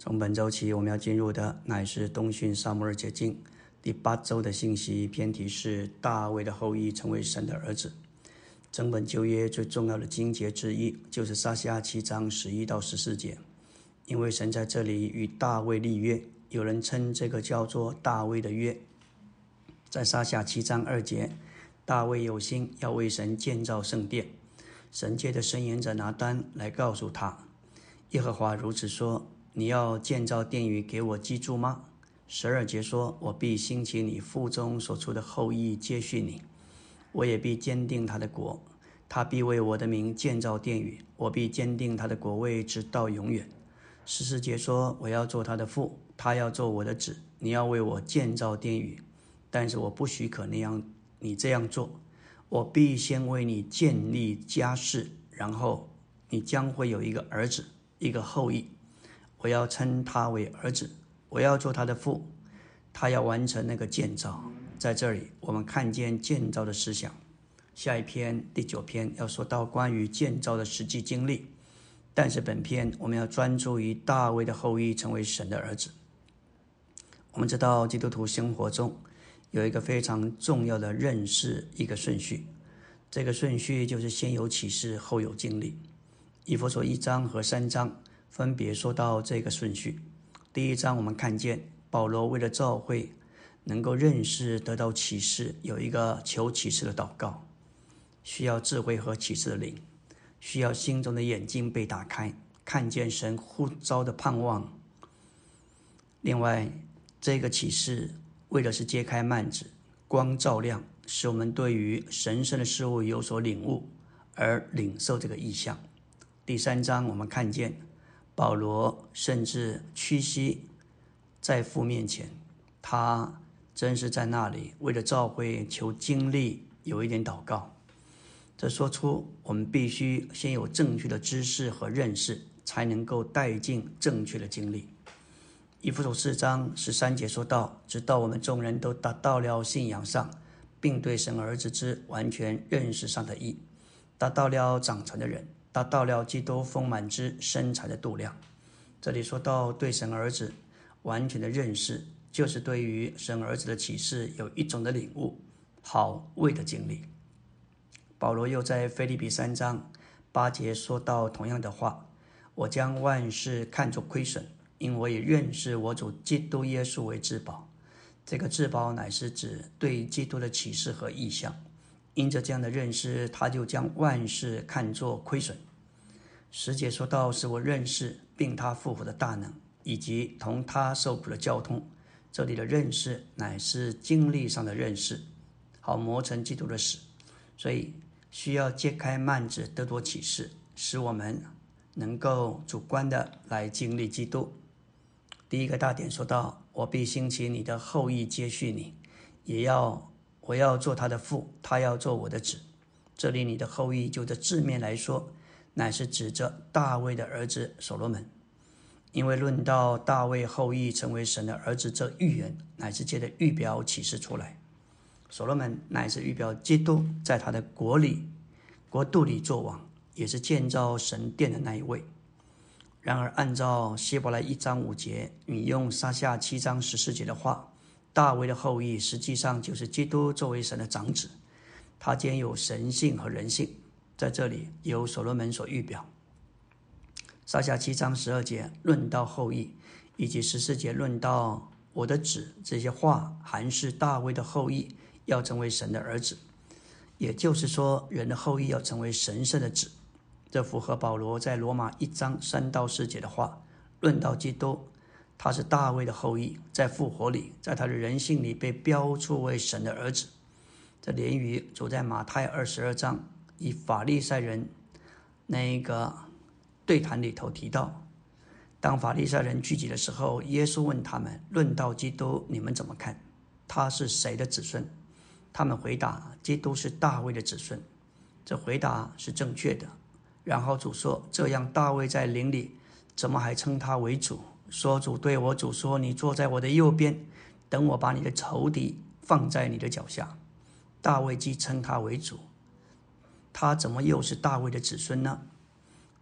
从本周起，我们要进入的乃是东讯撒母耳解经第8周的信息，篇题是大卫的后裔成为神的儿子。整本旧约最重要的经节之一就是撒迦7章11到14节，因为神在这里与大卫立约，有人称这个叫做大卫的约。在撒迦7章2节，大卫有心要为神建造圣殿，神借着申言者拿单来告诉他，耶和华如此说，你要建造殿宇给我居住吗？12节说，我必兴起你腹中所出的后裔接续你，我也必坚定他的国，他必为我的名建造殿宇，我必坚定他的国位直到永远。14节说，我要做他的父，他要做我的子，你要为我建造殿宇，但是我不许可你这样做，我必先为你建立家室，然后你将会有一个儿子，一个后裔，我要称他为儿子，我要做他的父，他要完成那个建造。在这里我们看见建造的思想。下一篇第9篇要说到关于建造的实际经历，但是本篇我们要专注于大卫的后裔成为神的儿子。我们知道基督徒生活中有一个非常重要的认识一个顺序，这个顺序就是先有启示后有经历。以弗所1章和3章分别说到这个顺序。第1章我们看见保罗为了教会能够认识得到启示，有一个求启示的祷告，需要智慧和启示的灵，需要心中的眼睛被打开，看见神呼召的盼望。另外这个启示为的是揭开幔子，光照亮，使我们对于神圣的事物有所领悟，而领受这个意象。第3章我们看见保罗甚至屈膝在父面前，他真是在那里为了教会求经历有一点祷告。这说出我们必须先有正确的知识和认识，才能够带进正确的经历。以弗所4章13节说到，直到我们众人都达到了信仰上，并对神儿子之完全认识上的义，达到了长成的人，达到了基督丰满之身材的度量。这里说到对神儿子完全的认识，就是对于神儿子的启示有一种的领悟，好味的经历。保罗又在腓立比3章8节说到同样的话，我将万事看作亏损，因我也认识我主基督耶稣为至宝。这个至宝乃是指对基督的启示和意象，因着这样的认识，他就将万事看作亏损。10节说到，使我认识并他复活的大能，以及同他受苦的交通。这里的认识乃是经历上的认识，好磨成基督的死，所以需要揭开幔子得多启示，使我们能够主观的来经历基督。第一个大点说到，我必兴起你的后裔接续你，我要做他的父，他要做我的子。这里你的后裔就这字面来说，乃是指着大卫的儿子所罗门，因为论到大卫后裔成为神的儿子，这预言乃是借着预表启示出来。所罗门乃是预表基督在他的国度里作王，也是建造神殿的那一位。然而按照希伯来1章5节引用撒迦7章14节的话，大卫的后裔实际上就是基督作为神的长子，他兼有神性和人性，在这里由所罗门所预表。撒迦7章12节论到后裔，以及14节论到我的子，这些话含是大卫的后裔要成为神的儿子，也就是说人的后裔要成为神圣的子。这符合保罗在罗马1章3到4节的话，论到基督，他是大卫的后裔，在复活里，在他的人性里被标出为神的儿子。这连于主在马太22章以法利赛人那个对谈里头提到，当法利赛人聚集的时候，耶稣问他们，论到基督你们怎么看？他是谁的子孙？他们回答，基督是大卫的子孙。这回答是正确的。然后主说，这样大卫在灵里怎么还称他为主？说主对我主说，你坐在我的右边，等我把你的仇敌放在你的脚下。大卫既称他为主，他怎么又是大卫的子孙呢？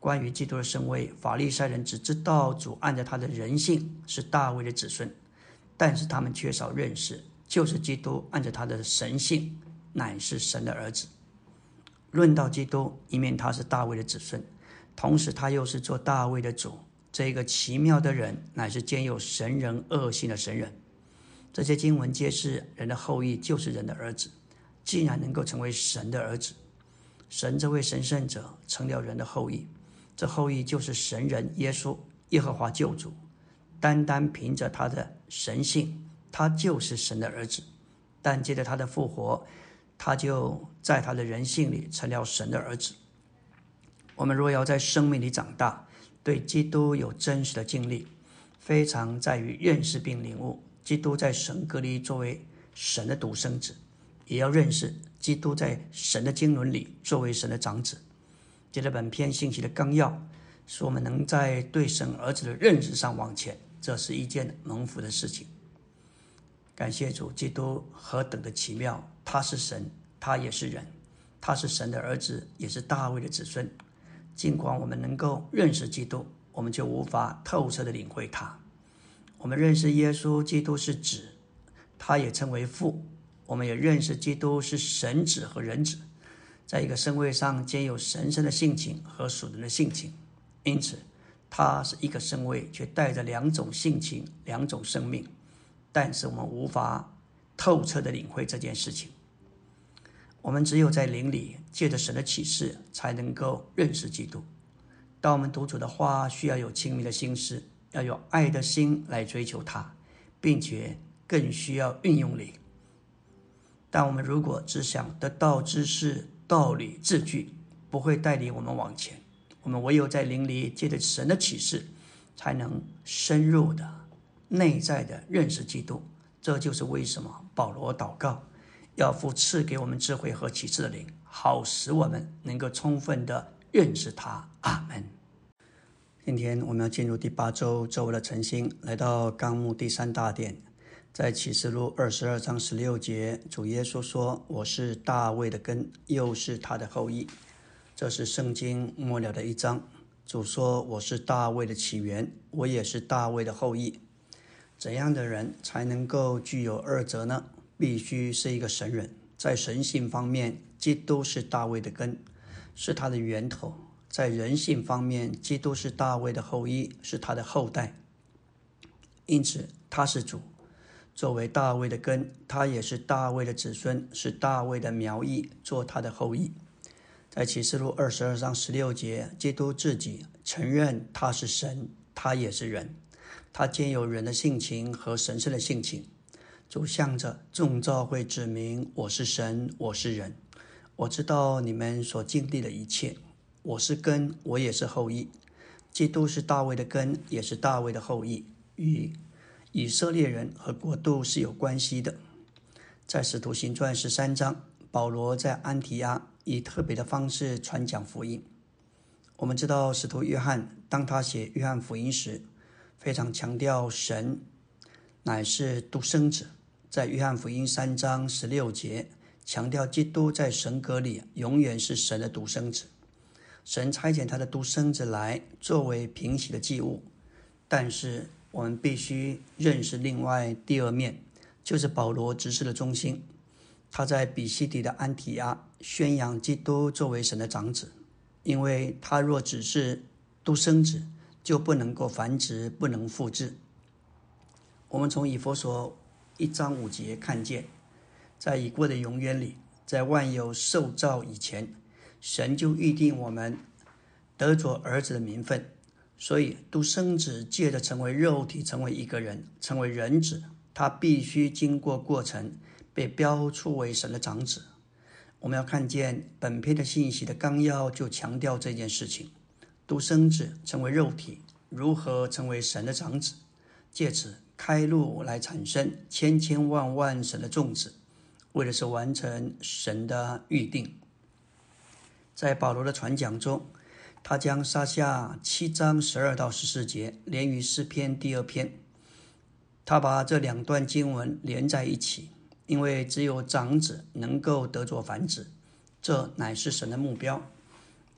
关于基督的身位，法利赛人只知道主按着他的人性是大卫的子孙，但是他们缺少认识，就是基督按着他的神性乃是神的儿子。论到基督，一面他是大卫的子孙，同时他又是做大卫的主，这个奇妙的人乃是兼有神人恶性的神人。这些经文揭示人的后裔就是人的儿子，既然能够成为神的儿子，神这位神圣者成了人的后裔，这后裔就是神人耶稣，耶和华救主。单单凭着他的神性，他就是神的儿子，但借着他的复活，他就在他的人性里成了神的儿子。我们若要在生命里长大，对基督有真实的经历，非常在于认识并领悟基督在神格里作为神的独生子，也要认识基督在神的经纶里作为神的长子。借着本篇信息的纲要，使我们能在对神儿子的认识上往前，这是一件蒙福的事情。感谢主，基督何等的奇妙，他是神，他也是人，他是神的儿子，也是大卫的子孙。尽管我们能够认识基督，我们就无法透彻的领会他。我们认识耶稣基督是子，他也称为父，我们也认识基督是神子和人子，在一个身位上兼有神圣的性情和属人的性情，因此他是一个身位，却带着两种性情，两种生命。但是我们无法透彻的领会这件事情，我们只有在灵里借着神的启示才能够认识基督。当我们读主的话，需要有清明的心思，要有爱的心来追求他，并且更需要运用灵。但我们如果只想得到知识、道理、字句，不会带领我们往前。我们唯有在灵里借着神的启示，才能深入的内在的认识基督。这就是为什么保罗祷告要父赐给我们智慧和启示的灵，好使我们能够充分的认识他。阿们。今天我们要进入第8周周围的晨星，来到纲目第3大点。在启示录22章16节，主耶稣说，我是大卫的根，又是他的后裔。这是圣经末了的一章。主说，我是大卫的起源，我也是大卫的后裔。怎样的人才能够具有二者呢？必须是一个神人。在神性方面，基督是大卫的根，是他的源头；在人性方面，基督是大卫的后裔，是他的后代。因此他是主，作为大卫的根，他也是大卫的子孙，是大卫的苗裔，做他的后裔。在启示录22章16节，基督自己承认他是神，他也是人，他兼有人的性情和神圣的性情。主向着众召会指明，我是神，我是人，我知道你们所经历的一切，我是根，我也是后裔。基督是大卫的根，也是大卫的后裔，与以色列人和国度是有关系的。在使徒行传13章，保罗在安提阿以特别的方式传讲福音。我们知道使徒约翰当他写约翰福音时，非常强调神乃是独生子。在约翰福音3章16节，强调基督在神格里永远是神的独生子。神差遣他的独生子来作为平息的祭物。但是我们必须认识另外第二面，就是保罗执事的中心。他在比西底的安提阿宣扬基督作为神的长子，因为他若只是独生子，就不能够繁殖，不能复制。我们从以弗所1章5节看见，在已过的永远里，在万有受造以前，神就预定我们得着儿子的名分。所以独生子借着成为肉体，成为一个人，成为人子，他必须经过过程，被标出为神的长子。我们要看见本篇的信息的纲要就强调这件事情，独生子成为肉体，如何成为神的长子，借此开路来产生千千万万神的众子，为的是完成神的预定。在保罗的传讲中，他将撒下7章12到14节连于诗篇第2篇，他把这2段经文连在一起，因为只有长子能够得着繁殖，这乃是神的目标。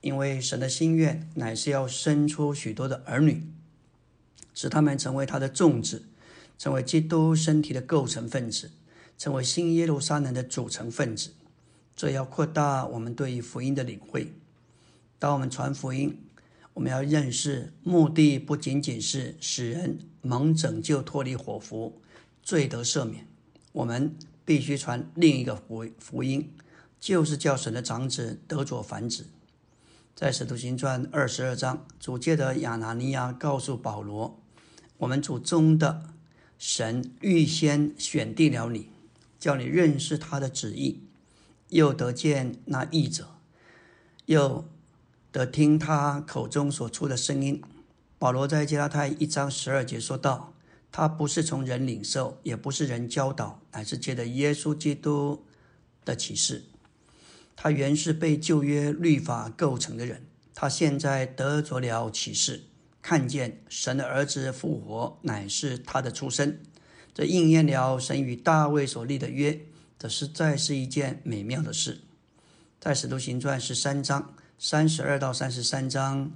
因为神的心愿乃是要生出许多的儿女，使他们成为他的种子，成为基督身体的构成分子，成为新耶路撒冷的组成分子。这要扩大我们对福音的领会。当我们传福音，我们要认识目的不仅仅是使人蒙拯救脱离火湖，罪得赦免，我们必须传另一个福音，就是叫神的长子得着繁殖。在使徒行传22章，主借着亚拿尼亚告诉保罗，我们主中的神预先选定了你，叫你认识他的旨意，又得见那译者，又得听他口中所出的声音。保罗在加拉太1章12节说道，他不是从人领受，也不是人教导，乃是借着耶稣基督的启示。他原是被旧约律法构成的人，他现在得着了启示，看见神的儿子复活乃是他的出生，这应验了神与大卫所立的约，这实在是一件美妙的事。在使徒行传13章32到33章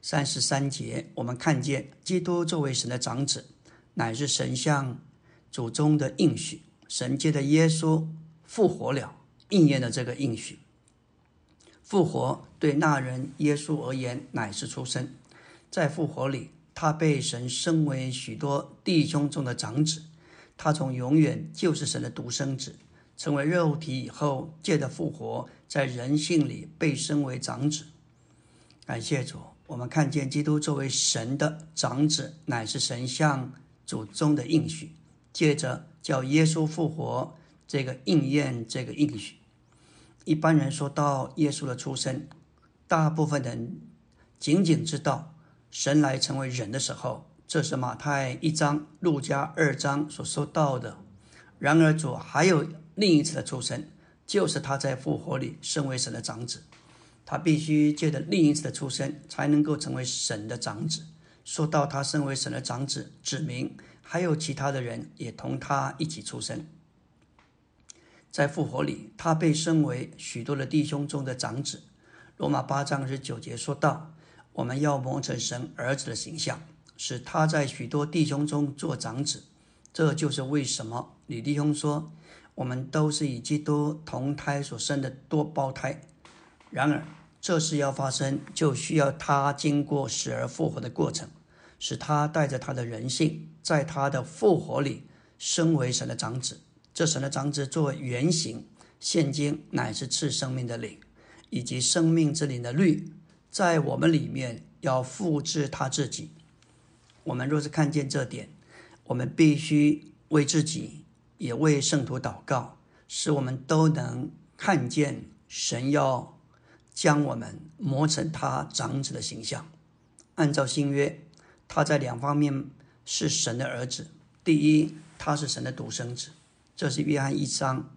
33节，我们看见基督作为神的长子，乃是神向祖宗的应许，神借着耶稣复活了，应验了这个应许。复活对那人耶稣而言乃是出生，在复活里，他被神升为许多弟兄中的长子，他从永远就是神的独生子，成为肉体以后，借着复活在人性里被升为长子。感谢主，我们看见基督作为神的长子，乃是神向祖宗的应许，接着叫耶稣复活，这个应验这个应许。一般人说到耶稣的出生，大部分人仅仅知道神来成为人的时候，这是马太1章、路加2章所说到的。然而主还有另一次的出生，就是他在复活里升为神的长子。他必须借着另一次的出生，才能够成为神的长子。说到他升为神的长子，指明还有其他的人也同他一起出生。在复活里，他被升为许多的弟兄中的长子。罗马8章19节说到，我们要磨成神儿子的形象，使他在许多弟兄中做长子。这就是为什么李弟兄说，我们都是以基督同胎所生的多胞胎。然而这事要发生，就需要他经过死而复活的过程，使他带着他的人性，在他的复活里升为神的长子。这神的长子作为原型，现今乃是赐生命的灵，以及生命之灵的律，在我们里面要复制他自己。我们若是看见这点，我们必须为自己也为圣徒祷告，使我们都能看见神要将我们磨成他长子的形象。按照新约，他在两方面是神的儿子。第一，他是神的独生子，这是约翰1章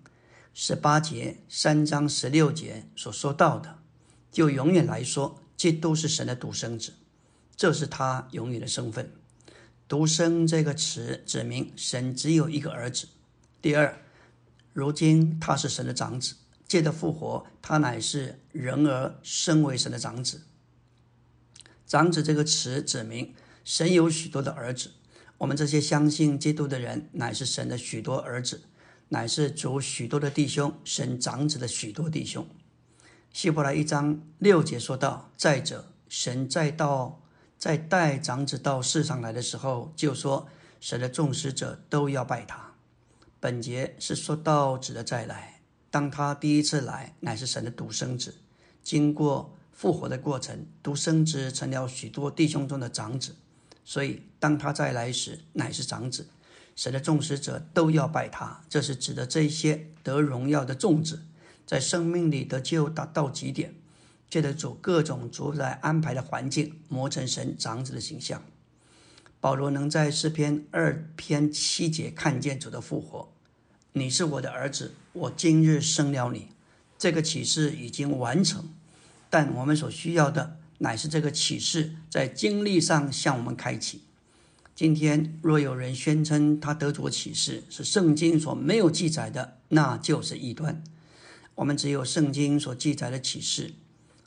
18节、3章16节所说到的。就永远来说，基督是神的独生子，这是他永远的身份。独生这个词指明神只有一个儿子。第二，如今他是神的长子，借着复活，他乃是人儿升为神的长子。长子这个词指明神有许多的儿子，我们这些相信基督的人乃是神的许多儿子，乃是主许多的弟兄，神长子的许多弟兄。希伯来1章6节说到，再者神在带长子到世上来的时候，就说神的众使者都要拜他。本节是说到子的再来，当他第一次来，乃是神的独生子，经过复活的过程，独生子成了许多弟兄中的长子，所以当他再来时，乃是长子，神的众使者都要拜他。这是指的这些得荣耀的众子，在生命里得救达到极点，借着主各种主宰安排的环境，磨成神长子的形象。保罗能在诗篇2篇7节看见主的复活。你是我的儿子，我今日生了你。这个启示已经完成，但我们所需要的乃是这个启示在经历上向我们开启。今天若有人宣称他得着启示是圣经所没有记载的，那就是异端。我们只有圣经所记载的启示，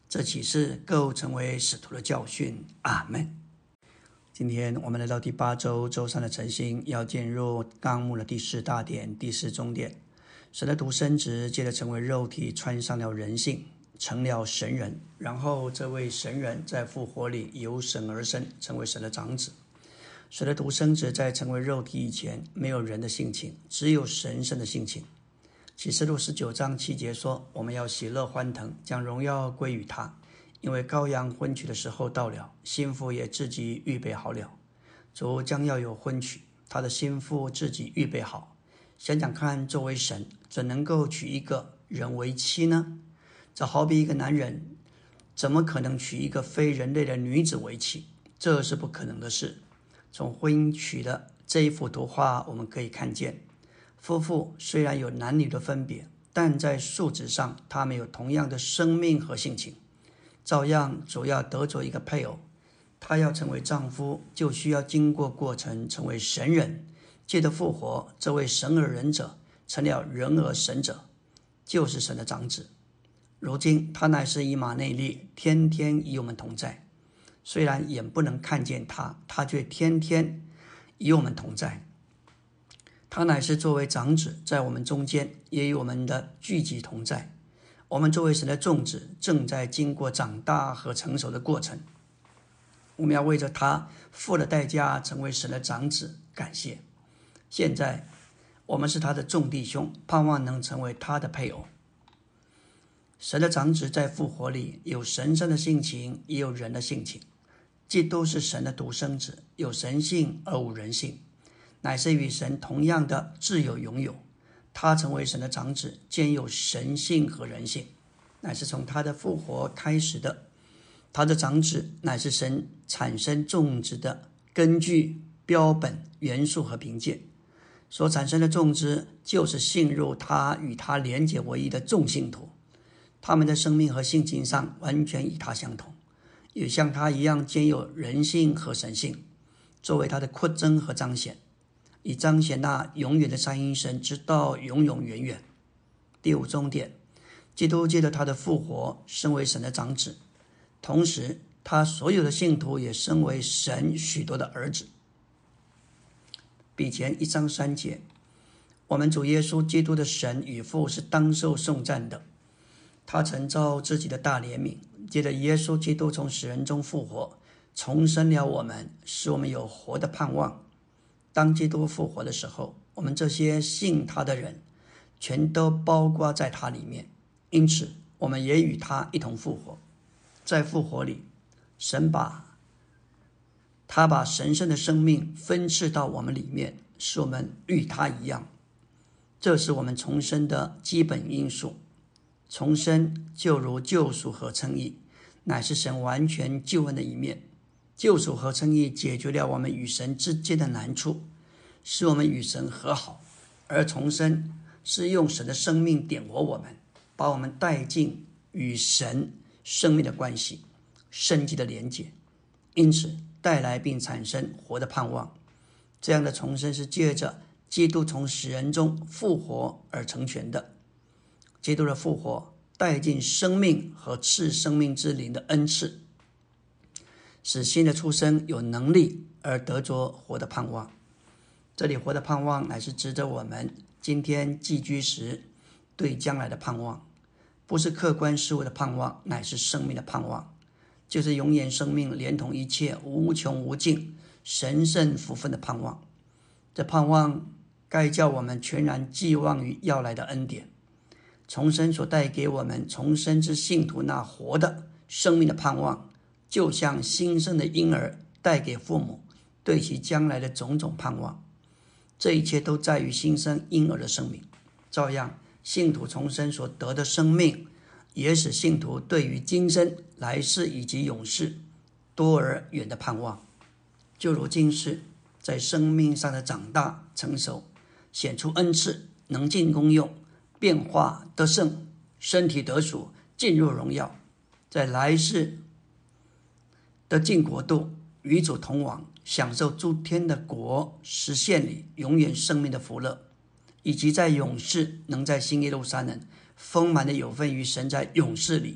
这启示构成为使徒的教训。阿们。今天我们来到第8周周3的晨星，要进入纲目的第4大点、第4中点。神的独生子接着成为肉体，穿上了人性，成了神人，然后这位神人在复活里由神而生，成为神的长子。神的独生子在成为肉体以前没有人的性情，只有神圣的性情。启示录19章7节说，我们要喜乐欢腾，将荣耀归于他，因为羔羊婚娶的时候到了，新妇也自己预备好了。主将要有婚娶，他的新妇自己预备好。想想看，作为神怎能够娶一个人为妻呢？这好比一个男人怎么可能娶一个非人类的女子为妻？这是不可能的事。从婚姻娶的这一幅图画我们可以看见，夫妇虽然有男女的分别，但在素质上他们有同样的生命和性情。照样主要得着一个配偶，他要成为丈夫，就需要经过过程成为神人，借着复活，这位神而人者成了人而神者，就是神的长子。如今他乃是以马内利，天天与我们同在。虽然眼不能看见他，他却天天与我们同在。他乃是作为长子，在我们中间，也与我们的聚集同在。我们作为神的众子，正在经过长大和成熟的过程。我们要为着他付了代价，成为神的长子，感谢。现在我们是他的众弟兄，盼望能成为他的配偶。神的长子在复活里有神圣的性情，也有人的性情。基督是神的独生子，有神性而无人性，乃是与神同样的自有拥有。他成为神的长子，兼有神性和人性，乃是从他的复活开始的。他的长子乃是神产生种子的根据、标本、元素和凭借。所产生的种子就是信入他与他连结为一的众信徒，他们的生命和性情上完全与他相同，也像他一样兼有人性和神性，作为他的扩增和彰显，以彰显那永远的三一神，直到永永远远。第5中点，基督借着他的复活身为神的长子，同时他所有的信徒也身为神许多的儿子。比前1章3节，我们主耶稣基督的神与父是当受颂赞的。他曾照自己的大怜悯，借着耶稣基督从死人中复活，重生了我们，使我们有活的盼望。当基督复活的时候，我们这些信他的人全都包括在他里面，因此我们也与他一同复活。在复活里，神把神圣的生命分赐到我们里面，使我们与他一样。这是我们重生的基本因素。重生就如救赎和称义，乃是神完全救恩的一面。救赎和称义解决了我们与神之间的难处，使我们与神和好。而重生是用神的生命点活我们，把我们带进与神生命的关系、生机的连结，因此带来并产生活的盼望。这样的重生是借着基督从死人中复活而成全的。基督的复活带进生命和赐生命之灵的恩赐，使新的出生有能力而得着活的盼望。这里活的盼望乃是指着我们今天寄居时对将来的盼望，不是客观事物的盼望，乃是生命的盼望，就是永远生命连同一切无穷无尽神圣福分的盼望。这盼望该叫我们全然寄望于要来的恩典。重生所带给我们重生之信徒那活的生命的盼望，就像新生的婴儿带给父母对其将来的种种盼望。这一切都在于新生婴儿的生命。照样，信徒重生所得的生命，也使信徒对于今生、来世以及永世多而远的盼望。就如今世在生命上的长大成熟，显出恩赐，能尽功用，变化得胜，身体得赎，进入荣耀，在来世的进国度，与主同往，享受诸天的国，实现里永远生命的福乐，以及在永世能在新耶路撒冷丰满的有份于神在永世里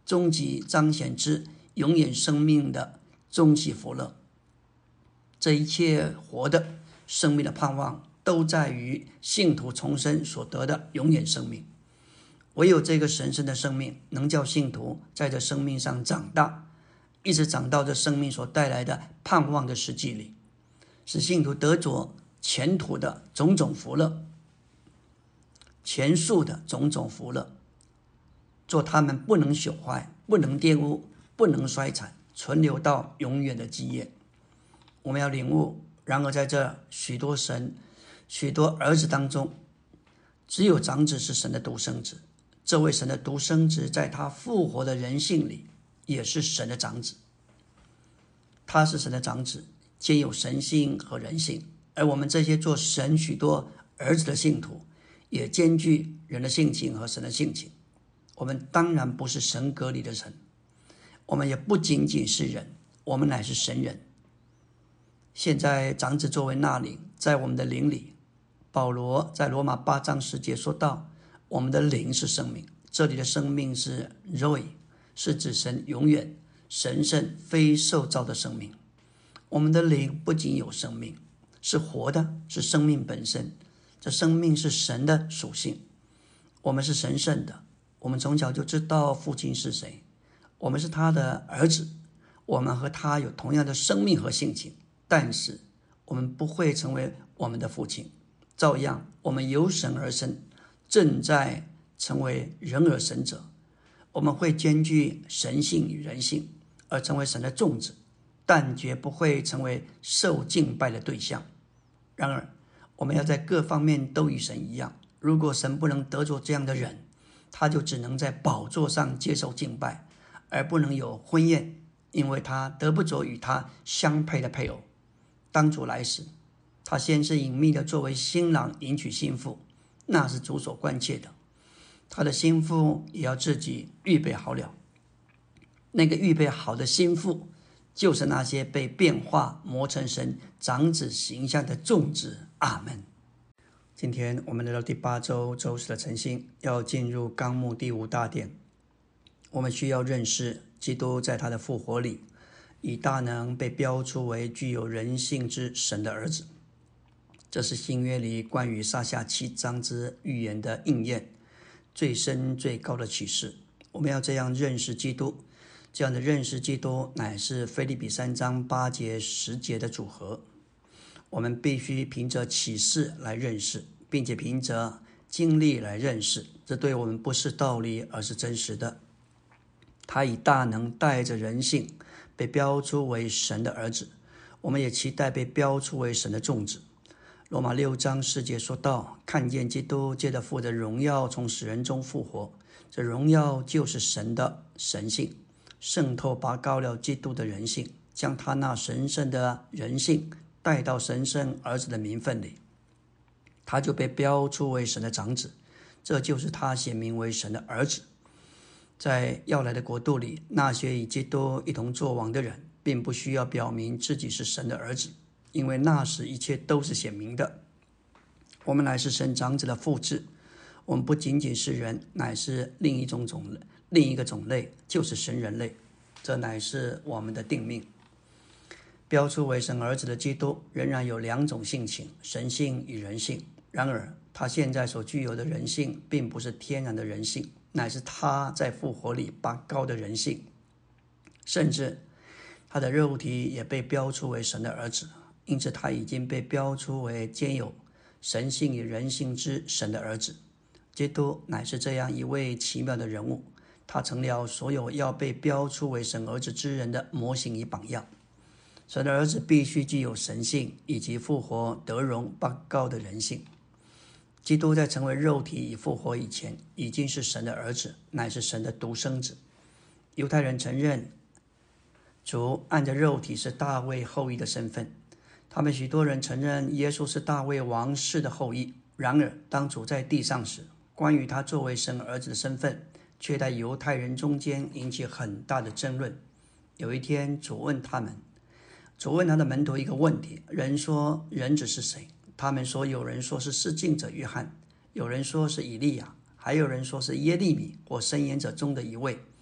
终极彰显之永远生命的终极福乐。这一切活的生命的盼望都在于信徒重生所得的永远生命。唯有这个神圣的生命能叫信徒在这生命上长大，一直长到这生命所带来的盼望的实际里，使信徒得着前途的种种福乐，前述的种种福乐，做他们不能朽坏、不能玷污、不能衰残，存留到永远的基业。我们要领悟，然而在这许多儿子当中，只有长子是神的独生子。这位神的独生子在他复活的人性里也是神的长子，他是神的长子，兼有神性和人性。而我们这些做神许多儿子的信徒，也兼具人的性情和神的性情。我们当然不是神隔离的人，我们也不仅仅是人，我们乃是神人。现在长子作为纳灵在我们的灵里，保罗在罗马8章10节说到，我们的灵是生命，这里的生命是 Zoe， 是指神永远神圣非受造的生命。我们的灵不仅有生命，是活的，是生命本身，这生命是神的属性。我们是神圣的，我们从小就知道父亲是谁，我们是他的儿子，我们和他有同样的生命和性情，但是我们不会成为我们的父亲，照样我们由神而生，正在成为人而神者。我们会兼具神性与人性，而成为神的种子，但绝不会成为受敬拜的对象。然而我们要在各方面都与神一样，如果神不能得着这样的人，他就只能在宝座上接受敬拜，而不能有婚宴，因为他得不着与他相配的配偶。当主来时，他先是隐秘的作为新郎迎娶新妇，那是主所关切的。他的新妇也要自己预备好了。那个预备好的新妇，就是那些被变化磨成神长子形象的种子。阿们。今天我们来到第8周周四的晨星，要进入纲目第5大点。我们需要认识基督在他的复活里，以大能被标出为具有人性之神的儿子。这是新约里关于撒下7章之预言的应验，最深最高的启示。我们要这样认识基督，这样的认识基督乃是腓立比3章8节10节的组合。我们必须凭着启示来认识，并且凭着经历来认识，这对我们不是道理，而是真实的。他以大能带着人性被标出为神的儿子，我们也期待被标出为神的种子。罗马6章4节说到，看见基督借着父的荣耀从死人中复活，这荣耀就是神的神性，渗透拔高了基督的人性，将他那神圣的人性带到神圣儿子的名分里，他就被标出为神的长子，这就是他显明为神的儿子。在要来的国度里，那些与基督一同作王的人，并不需要表明自己是神的儿子，因为那时一切都是显明的。我们乃是神长子的复制，我们不仅仅是人，乃是另一个种类，就是神人类，这乃是我们的定命。标出为神儿子的基督仍然有2种性情，神性与人性。然而他现在所具有的人性并不是天然的人性，乃是他在复活里拔高的人性，甚至他的肉体也被标出为神的儿子，因此他已经被标出为兼有神性与人性之神的儿子。基督乃是这样一位奇妙的人物，他成了所有要被标出为神儿子之人的模型与榜样。神的儿子必须具有神性以及复活得荣拔高的人性。基督在成为肉体与复活以前，已经是神的儿子，乃是神的独生子。犹太人承认主按着肉体是大卫后裔的身份，他们许多人承认耶稣是大卫王室的后裔。然而当主在地上时，关于他作为神儿子的身份，却在犹太人中间引起很大的争论。有一天主问他的门徒一个问题，人说人子是谁？他们说，有人说是施浸者约翰，有人说是以利亚，还有人说是耶利米或申言者中的一位。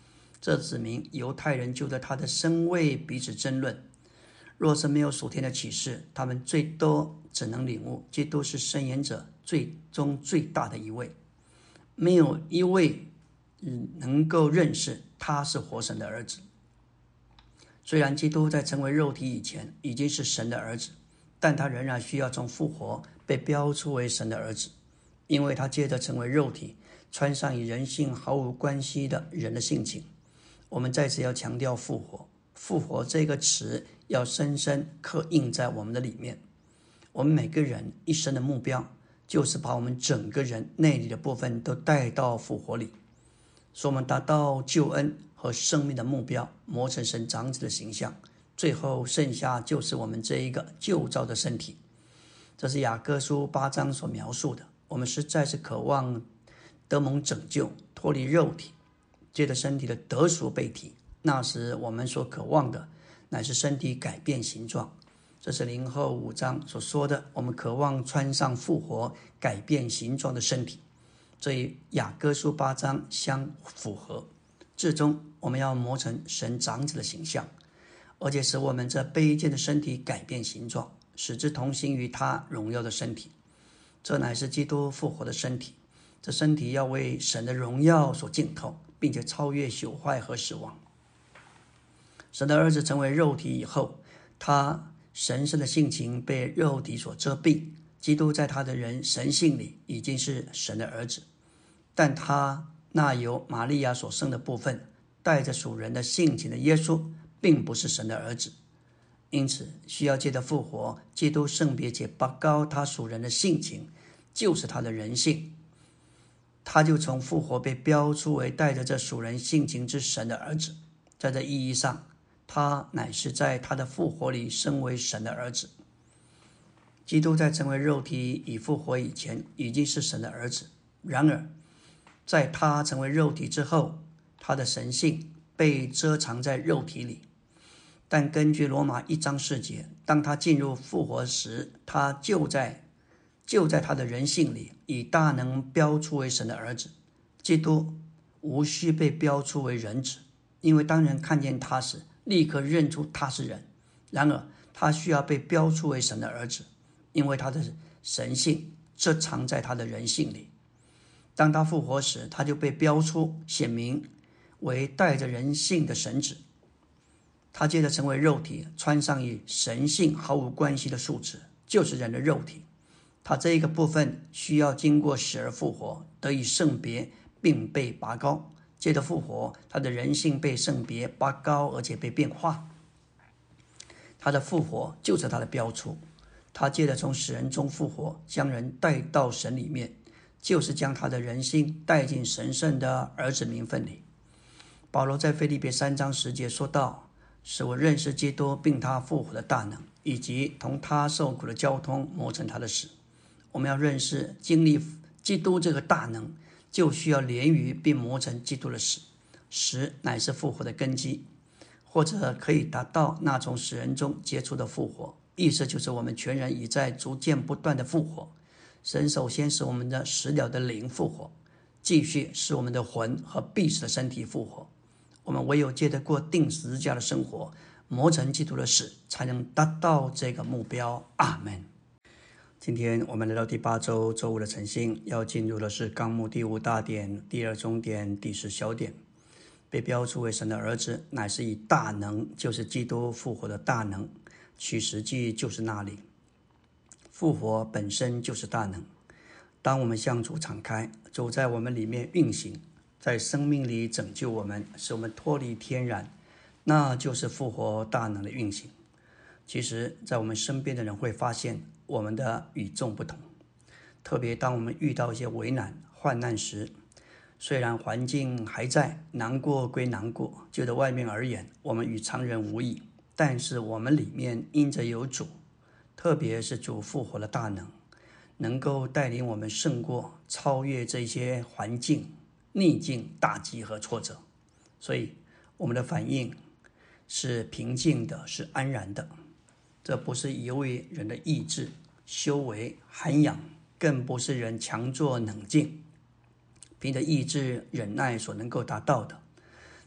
这指明犹太人就着他的身位彼此争论。若是没有属天的启示，他们最多只能领悟基督是申言者最终最大的一位，没有一位能够认识他是活神的儿子。虽然基督在成为肉体以前已经是神的儿子，但他仍然需要从复活被标出为神的儿子，因为他接着成为肉体，穿上与人性毫无关系的人的性情。我们再次要强调复活，复活这个词要深深刻印在我们的里面。我们每个人一生的目标就是把我们整个人内里的部分都带到复活里，使我们达到救恩和生命的目标，磨成神长子的形象，最后剩下就是我们这一个旧造的身体。这是雅各书8章所描述的。我们实在是渴望得蒙拯救，脱离肉体，借着身体的得赎被提。那时我们所渴望的乃是身体改变形状。这是林后5章所说的，我们渴望穿上复活改变形状的身体，这与雅各书8章相符合。最终我们要磨成神长子的形象，而且使我们这卑贱的身体改变形状，使之同行于他荣耀的身体。这乃是基督复活的身体，这身体要为神的荣耀所浸透，并且超越朽坏和死亡。神的儿子成为肉体以后，他神圣的性情被肉体所遮蔽。基督在他的人神性里已经是神的儿子，但他那由玛利亚所生的部分，带着属人的性情的耶稣，并不是神的儿子。因此需要借着复活，基督圣别且拔高他属人的性情，就是他的人性，他就从复活被标出为带着这属人性情之神的儿子。在这意义上，他乃是在他的复活里升为神的儿子。基督在成为肉体以复活以前已经是神的儿子，然而在他成为肉体之后，他的神性被遮藏在肉体里。但根据罗马1章4节，当他进入复活时，他就在他的人性里以大能标出为神的儿子。基督无需被标出为人子，因为当人看见他时，立刻认出他是人。然而他需要被标出为神的儿子，因为他的神性遮藏在他的人性里。当他复活时，他就被标出显明为带着人性的神子。他接着成为肉体，穿上与神性毫无关系的素质，就是人的肉体。他这一个部分需要经过死而复活，得以圣别并被拔高。接着复活，他的人性被圣别拔高，而且被变化。他的复活就是他的标出。他接着从死人中复活，将人带到神里面，就是将他的人性带进神圣的儿子名分里。保罗在腓立比3章10节说道，使我认识基督并他复活的大能，以及同他受苦的交通，磨成他的死。我们要认识经历基督这个大能，就需要连于并磨成基督的死。死乃是复活的根基，或者可以达到那从死人中结出的复活。意思就是我们全人已在逐渐不断的复活。神首先使我们的死了的灵复活，继续使我们的魂和必死的身体复活。我们唯有借着过定十字架的生活，磨成基督的死，才能达到这个目标。阿们。今天我们来到第8周周五的晨星，要进入的是纲目第5大点、第2中点、第10小点。被标出为神的儿子，乃是以大能，就是基督复活的大能，取实际就是那里。复活本身就是大能。当我们向主敞开，主在我们里面运行，在生命里拯救我们，使我们脱离天然，那就是复活大能的运行。其实在我们身边的人会发现我们的与众不同，特别当我们遇到一些危难患难时，虽然环境还在，难过归难过，就在外面而言我们与常人无异，但是我们里面因着有主，特别是主复活的大能，能够带领我们胜过超越这些环境逆境打击和挫折。所以我们的反应是平静的，是安然的。这不是由于人的意志修为涵养，更不是人强作冷静凭着意志忍耐所能够达到的。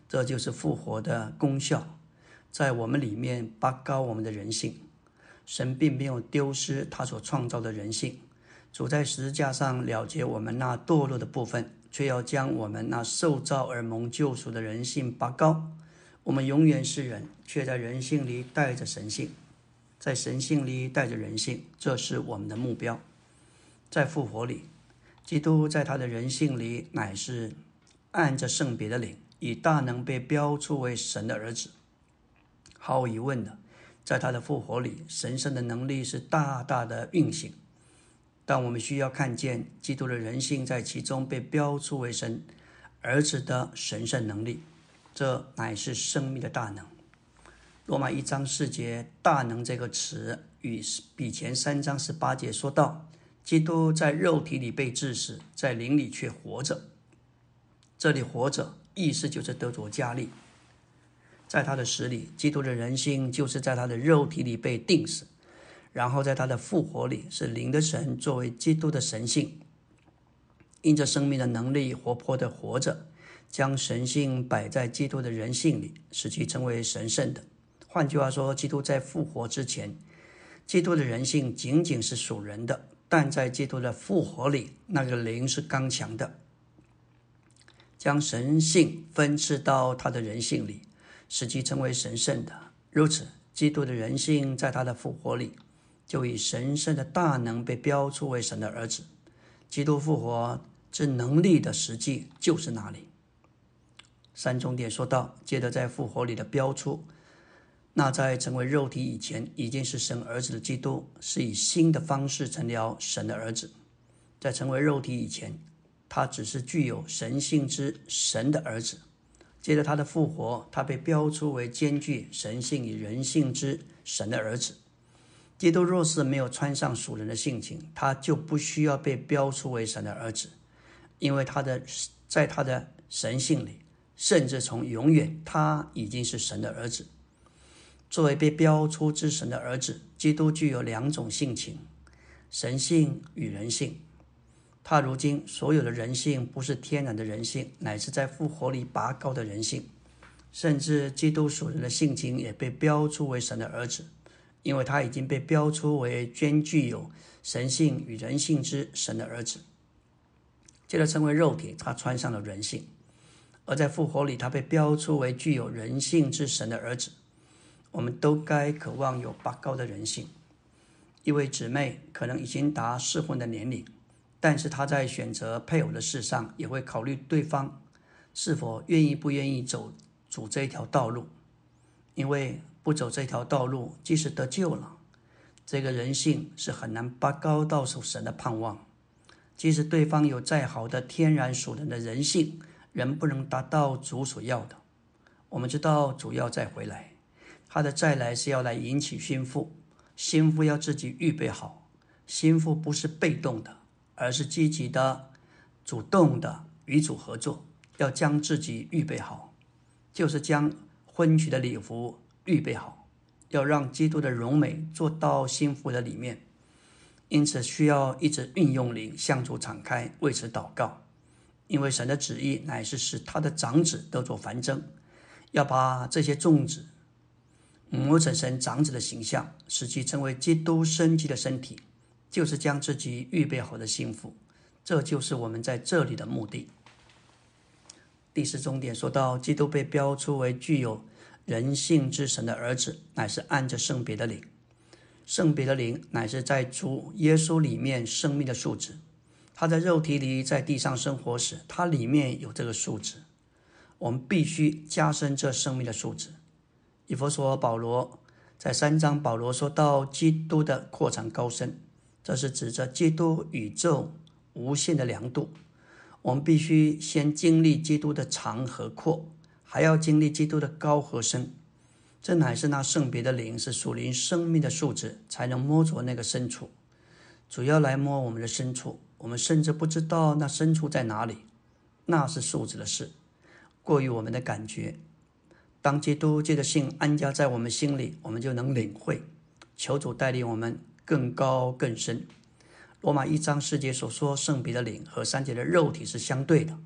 这就是复活的功效，在我们里面拔高我们的人性。神并没有丢失他所创造的人性，主在十字架上了结我们那堕落的部分，却要将我们那受造而蒙救赎的人性拔高。我们永远是人，却在人性里带着神性，在神性里带着人性，这是我们的目标。在复活里，基督在他的人性里乃是按着圣别的灵，以大能被标出为神的儿子。毫无疑问的，在他的复活里，神圣的能力是大大的运行，但我们需要看见基督的人性在其中被标出为神儿子的神圣能力，这乃是生命的大能。罗马1章4节，大能这个词与比前3章18节说到，基督在肉体里被治死，在灵里却活着。这里活着意思就是得着加力。在他的死里，基督的人性就是在他的肉体里被钉死，然后在他的复活里，是灵的神作为基督的神性，因着生命的能力活泼的活着，将神性摆在基督的人性里，使其成为神圣的。换句话说，基督在复活之前，基督的人性仅仅是属人的，但在基督的复活里，那个灵是刚强的，将神性分赐到他的人性里，使其成为神圣的。如此，基督的人性在他的复活里，就以神圣的大能被标出为神的儿子。基督复活之能力的实际就是那里。3重点说到，接着在复活里的标出，那在成为肉体以前已经是神儿子的基督，是以新的方式成了神的儿子。在成为肉体以前，他只是具有神性之神的儿子。接着他的复活，他被标出为兼具神性与人性之神的儿子。基督若是没有穿上属人的性情，他就不需要被标出为神的儿子，因为在他的神性里，甚至从永远他已经是神的儿子。作为被标出之神的儿子，基督具有2种性情，神性与人性。他如今所有的人性不是天然的人性，乃是在复活里拔高的人性。甚至基督属人的性情也被标出为神的儿子，因为他已经被标出为兼具有神性与人性之神的儿子。接着成为肉体，他穿上了人性，而在复活里，他被标出为具有人性之神的儿子。我们都该渴望有拔高的人性。一位姊妹可能已经达适婚的年龄，但是她在选择配偶的事上，也会考虑对方是否不愿意走这一条道路，因为不走这条道路，即使得救了，这个人性是很难拔高到属神的盼望。即使对方有再好的天然属人的人性，仍不能达到主所要的。我们知道主要再回来，他的再来是要来引起心腹，心腹要自己预备好。心腹不是被动的，而是积极的、主动的与主合作，要将自己预备好，就是将婚娶的礼服预备好，要让基督的荣美做到心腹的里面。因此需要一直运用灵向主敞开，为此祷告。因为神的旨意乃是使他的长子得着繁增，要把这些种子磨成神长子的形象，使其成为基督生机的身体，就是将自己预备好的心腹。这就是我们在这里的目的。第4重点说到，基督被标出为具有人性之神的儿子，乃是按着圣别的灵。圣别的灵乃是在主耶稣里面生命的素质。他在肉体里在地上生活时，他里面有这个素质。我们必须加深这生命的素质。以弗所保罗在3章，保罗说到基督的扩长高深，这是指着基督宇宙无限的量度。我们必须先经历基督的长和阔，还要经历基督的高和深。这乃是那圣别的灵，是属灵生命的素质，才能摸着那个深处。主要来摸我们的深处，我们甚至不知道那深处在哪里，那是素质的事，过于我们的感觉。当基督借着信安家在我们心里，我们就能领会。求主带领我们更高更深。罗马1章4节所说圣别的灵和3节的肉体是相对的，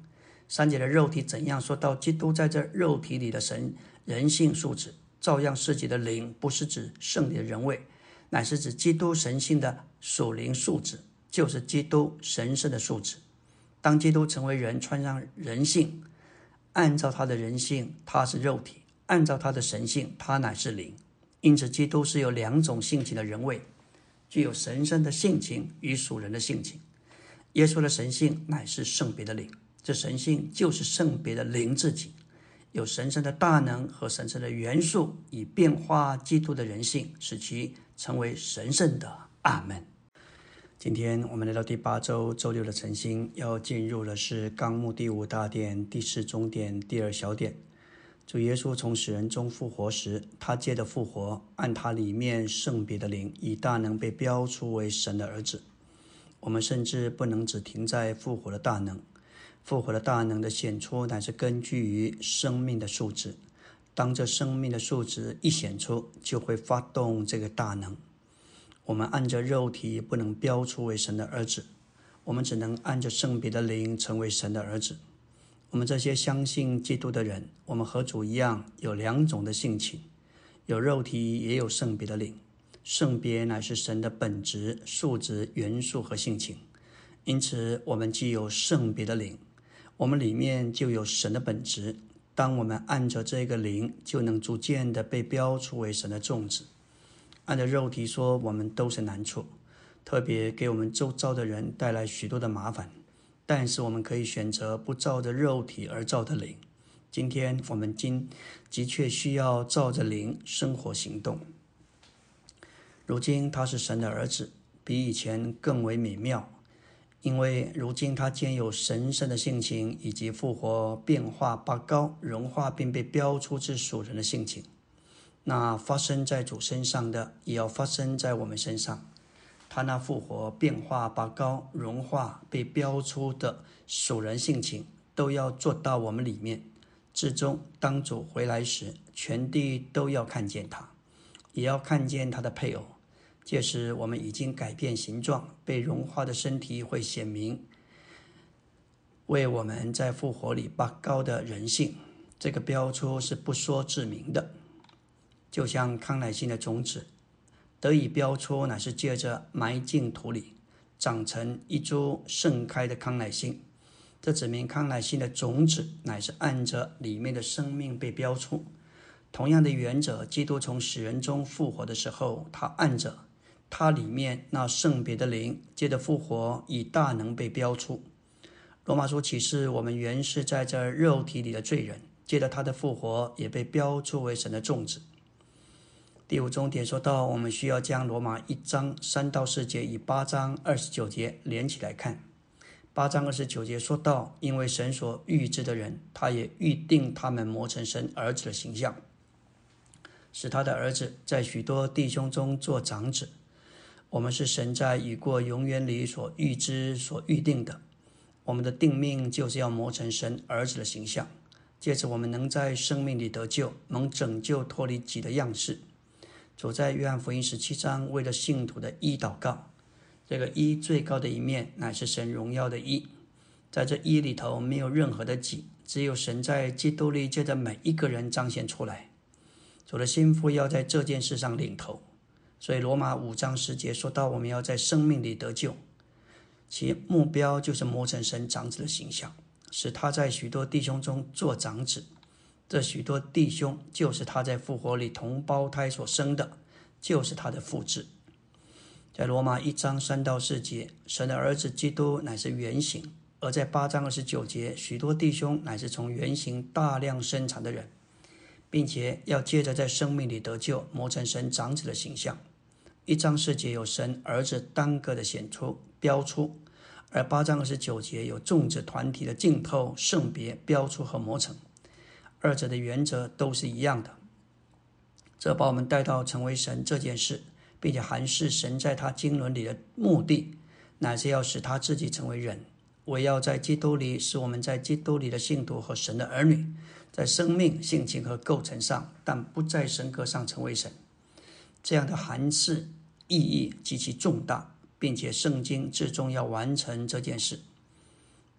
3节的肉体怎样，说到基督在这肉体里的人性素质，照样4节的灵不是指圣灵的人位，乃是指基督神性的属灵素质，就是基督神圣的素质。当基督成为人，穿上人性，按照他的人性他是肉体，按照他的神性他乃是灵。因此基督是有2种性情的人位，具有神圣的性情与属人的性情。耶稣的神性乃是圣别的灵，这神性就是圣别的灵自己，有神圣的大能和神圣的元素，以变化基督的人性，使其成为神圣的。阿们。今天我们来到第8周周六的晨星，要进入的是纲目第5大点第4中点第2小点。主耶稣从死人中复活时，他借着复活，按他里面圣别的灵，以大能被标出为神的儿子。我们甚至不能只停在复活的大能，复活的大能的显出乃是根据于生命的素质。当这生命的素质一显出，就会发动这个大能。我们按着肉体不能标出为神的儿子，我们只能按着圣别的灵成为神的儿子。我们这些相信基督的人，我们和主一样有2种的性情，有肉体也有圣别的灵。圣别乃是神的本质、素质、元素和性情，因此我们既有圣别的灵，我们里面就有神的本质。当我们按着这个灵，就能逐渐的被标出为神的种子。按照肉体说，我们都是难处，特别给我们周遭的人带来许多的麻烦，但是我们可以选择不照着肉体而照着灵。今天我们的确需要照着灵生活行动。如今他是神的儿子，比以前更为美妙，因为如今他兼有神圣的性情，以及复活、变化、拔高、融化并被标出之属人的性情。那发生在主身上的，也要发生在我们身上。他那复活、变化、拔高、融化被标出的属人性情，都要做到我们里面。至终当主回来时，全地都要看见他，也要看见他的配偶。届时我们已经改变形状，被融化的身体会显明，为我们在复活里拔高的人性。这个标出是不说自明的，就像康乃馨的种子得以标出，乃是借着埋进土里，长成一株盛开的康乃馨。这指明康乃馨的种子乃是按着里面的生命被标出。同样的原则，基督从死人中复活的时候，他按着他里面那圣别的灵，借着复活以大能被标出。罗马书启示我们原是在这肉体里的罪人，借着他的复活也被标出为神的种子。第5中点说到，我们需要将罗马1章3到4节与8章29节连起来看。8章29节说到，因为神所预知的人，他也预定他们磨成神儿子的形象，使他的儿子在许多弟兄中做长子。我们是神在已过永远里所预知、所预定的。我们的定命就是要磨成神儿子的形象，借着我们能在生命里得救，能拯救脱离己的样式。主在约翰福音17章为了信徒的义祷告，这个义最高的一面乃是神荣耀的义。在这义里头没有任何的己，只有神在基督里借着每一个人彰显出来。主的心腹要在这件事上领头，所以罗马5章10节说到，我们要在生命里得救，其目标就是磨成神长子的形象，使他在许多弟兄中做长子。这许多弟兄就是他在复活里同胞胎所生的，就是他的复制。在罗马1章3到4节，神的儿子基督乃是原型；而在8章29节，许多弟兄乃是从原型大量生产的人，并且要接着在生命里得救，磨成神长子的形象。1章4节有神儿子单个的显出、标出，而8章29节有众子团体的浸透、圣别、标出和磨成。二者的原则都是一样的。这把我们带到成为神这件事，并且含示神在他经纶里的目的，乃是要使他自己成为人，为要在基督里使我们在基督里的信徒和神的儿女，在生命、性情和构成上，但不在神格上成为神。这样的含示意义极其重大，并且圣经至终要完成这件事。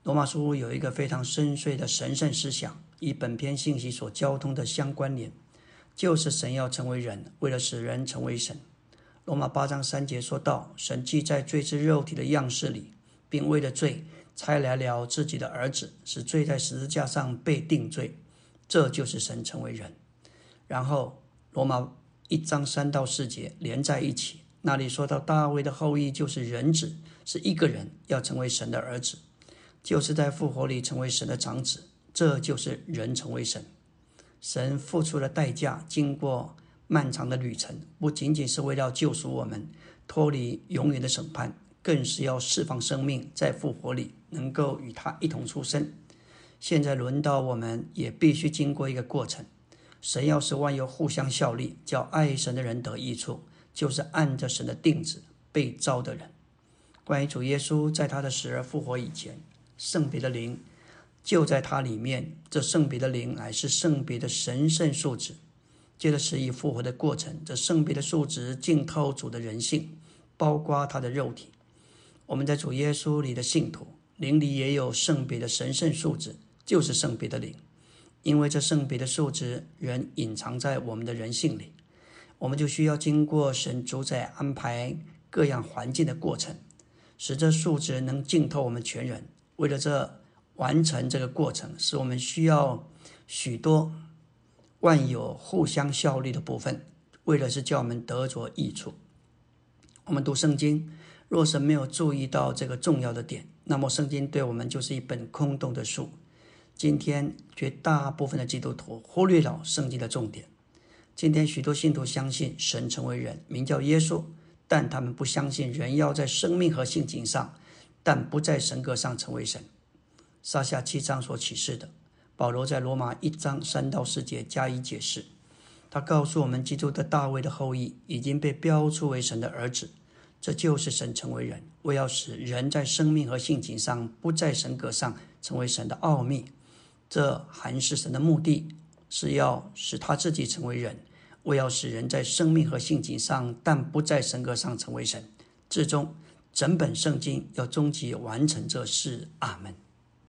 罗马书有一个非常深邃的神圣思想，与本篇信息所交通的相关联，就是神要成为人，为了使人成为神。罗马8章3节说到，神既在罪之肉体的样式里，并为了罪差来了自己的儿子，使罪在十字架上被定罪，这就是神成为人。然后罗马1章3到4节连在一起，那里说到大卫的后裔就是人子，是一个人要成为神的儿子，就是在复活里成为神的长子，这就是人成为神。神付出了代价，经过漫长的旅程，不仅仅是为了救赎我们脱离永远的审判，更是要释放生命，在复活里能够与他一同出生。现在轮到我们也必须经过一个过程，神要使万有互相效力，叫爱神的人得益处，就是按着神的定旨被召的人。关于主耶稣在他的死而复活以前，圣别的灵就在他里面，这圣别的灵乃是圣别的神圣素质。借着死以复活的过程，这圣别的素质浸透主的人性，包括他的肉体。我们在主耶稣里的信徒，灵里也有圣别的神圣素质，就是圣别的灵。因为这圣别的素质人隐藏在我们的人性里，我们就需要经过神主宰安排各样环境的过程，使这素质能浸透我们全人。为了完成这个过程，使我们需要许多万有互相效力的部分，为了是叫我们得着益处。我们读圣经，若是没有注意到这个重要的点，那么圣经对我们就是一本空洞的书。今天绝大部分的基督徒忽略了圣经的重点。今天许多信徒相信神成为人，名叫耶稣，但他们不相信人要在生命和性情上，但不在神格上成为神。撒下7章所启示的，保罗在罗马1章3到4节加以解释。他告诉我们，基督的大卫的后裔已经被标出为神的儿子，这就是神成为人，为要使人在生命和性情上不在神格上成为神的奥秘。这含是神的目的，是要使他自己成为人，为要使人在生命和性情上，但不在神格上成为神。至终整本圣经要终极完成这事。阿们。